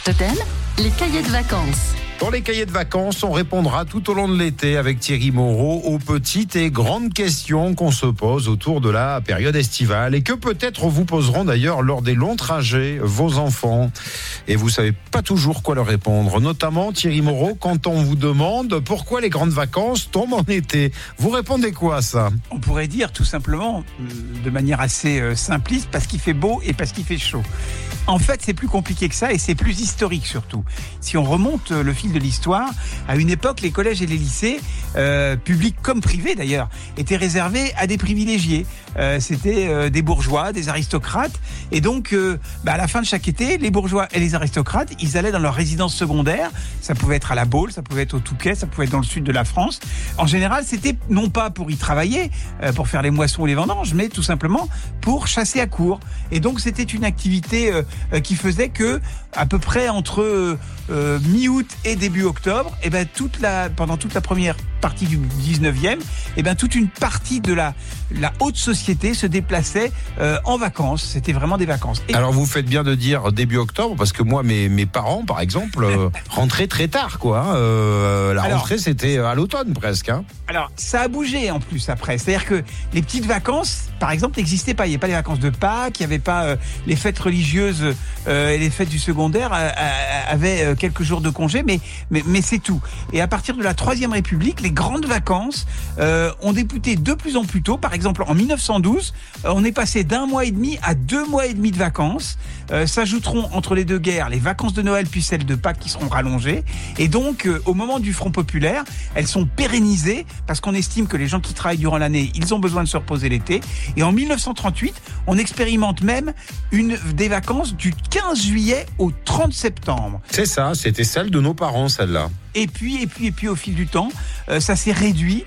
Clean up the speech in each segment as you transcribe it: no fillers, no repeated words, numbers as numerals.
Totem, les cahiers de vacances. Dans les cahiers de vacances, on répondra tout au long de l'été avec Thierry Moreau aux petites et grandes questions qu'on se pose autour de la période estivale et que peut-être vous poseront d'ailleurs lors des longs trajets vos enfants. Et vous savez pas toujours quoi leur répondre, notamment Thierry Moreau quand on vous demande pourquoi les grandes vacances tombent en été. Vous répondez quoi à ça ? On pourrait dire tout simplement, de manière assez simpliste, parce qu'il fait beau et parce qu'il fait chaud. En fait, c'est plus compliqué que ça et c'est plus historique surtout. Si on remonte le fil de l'histoire, à une époque, les collèges et les lycées, publics comme privés d'ailleurs, étaient réservés à des privilégiés. C'était des bourgeois, des aristocrates. Et donc, à la fin de chaque été, les bourgeois et les aristocrates, ils allaient dans leur résidence secondaire. Ça pouvait être à la Baule, ça pouvait être au Touquet, ça pouvait être dans le sud de la France. En général, c'était non pas pour y travailler, pour faire les moissons ou les vendanges, mais tout simplement pour chasser à courre. Et donc, c'était une activité qui faisait que, à peu près entre mi-août et début octobre, pendant toute la première partie du 19e, toute une partie de la haute société se déplaçait en vacances. C'était vraiment des vacances. Et alors vous faites bien de dire début octobre, parce que moi, mes parents, par exemple, rentraient très tard, quoi. Rentrée, c'était à l'automne presque. Hein. Alors, ça a bougé en plus après. C'est-à-dire que les petites vacances, par exemple, n'existaient pas. Il n'y avait pas les vacances de Pâques, il n'y avait pas les fêtes religieuses et les fêtes du secondaire avaient quelques jours de congé, mais c'est tout. Et à partir de la Troisième République, les grandes vacances ont débuté de plus en plus tôt. Par exemple, en 1912, on est passé d'1 mois et demi à 2 mois et demi de vacances. S'ajouteront entre les deux guerres les vacances de Noël puis celles de Pâques qui seront rallongées. Et donc, au moment du Front populaire, elles sont pérennisées parce qu'on estime que les gens qui travaillent durant l'année, ils ont besoin de se reposer l'été. Et en 1938, on expérimente même des vacances du 15 juillet au 30 septembre. C'est ça, c'était celle de nos parents, celle-là. Et puis, au fil du temps, ça s'est réduit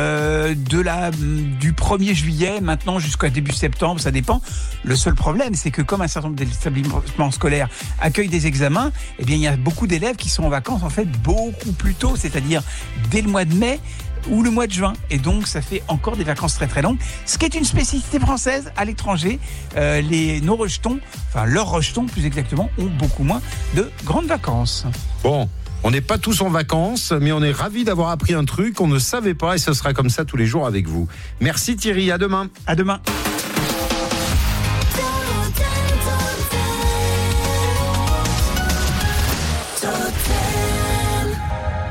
du 1er juillet maintenant jusqu'à début septembre, ça dépend. Le seul problème, c'est que comme un certain nombre d'établissements scolaires accueillent des examens, il y a beaucoup d'élèves qui sont en vacances en fait beaucoup plus tôt, c'est-à-dire dès le mois de mai ou le mois de juin. Et donc, ça fait encore des vacances très très longues. Ce qui est une spécificité française à l'étranger. Leurs rejetons plus exactement, ont beaucoup moins de grandes vacances. Bon. On n'est pas tous en vacances, mais on est ravis d'avoir appris un truc qu'on ne savait pas et ce sera comme ça tous les jours avec vous. Merci Thierry, à demain. À demain.